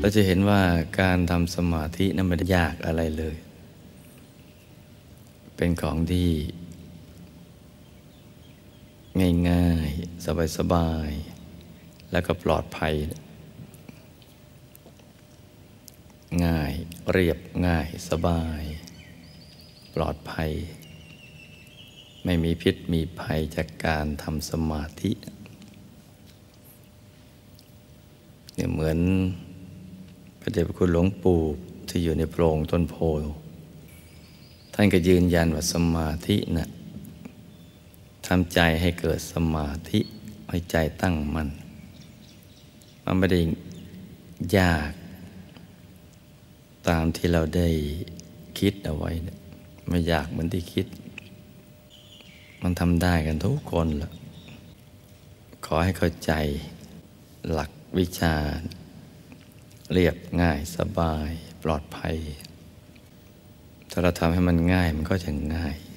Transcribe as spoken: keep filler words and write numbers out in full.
เราจะเห็นว่าการทำสมาธินั้นไม่ได้ยากอะไรเลย เป็นของที่ง่ายๆสบายๆแล้วก็ปลอดภัยง่ายเรียบง่ายสบายปลอดภัยไม่มีพิษมีภัยจากการทำสมาธิเนี่ยเหมือนพระเดชพระคุณหลวงปู่ที่อยู่ในโพรงต้นโพท่านก็ยืนยันว่าสมาธิน่ะทำใจให้เกิดสมาธิให้ใจตั้งมั่นมันไม่ได้ยากตามที่เราได้คิดเอาไว้เนี่ยไม่ยากเหมือนที่คิดมันทำได้กันทุกคนแหละขอให้เข้าใจหลักวิชาเรียบง่ายสบายปลอดภัยถ้าเราทำให้มันง่ายมันก็จะง่าย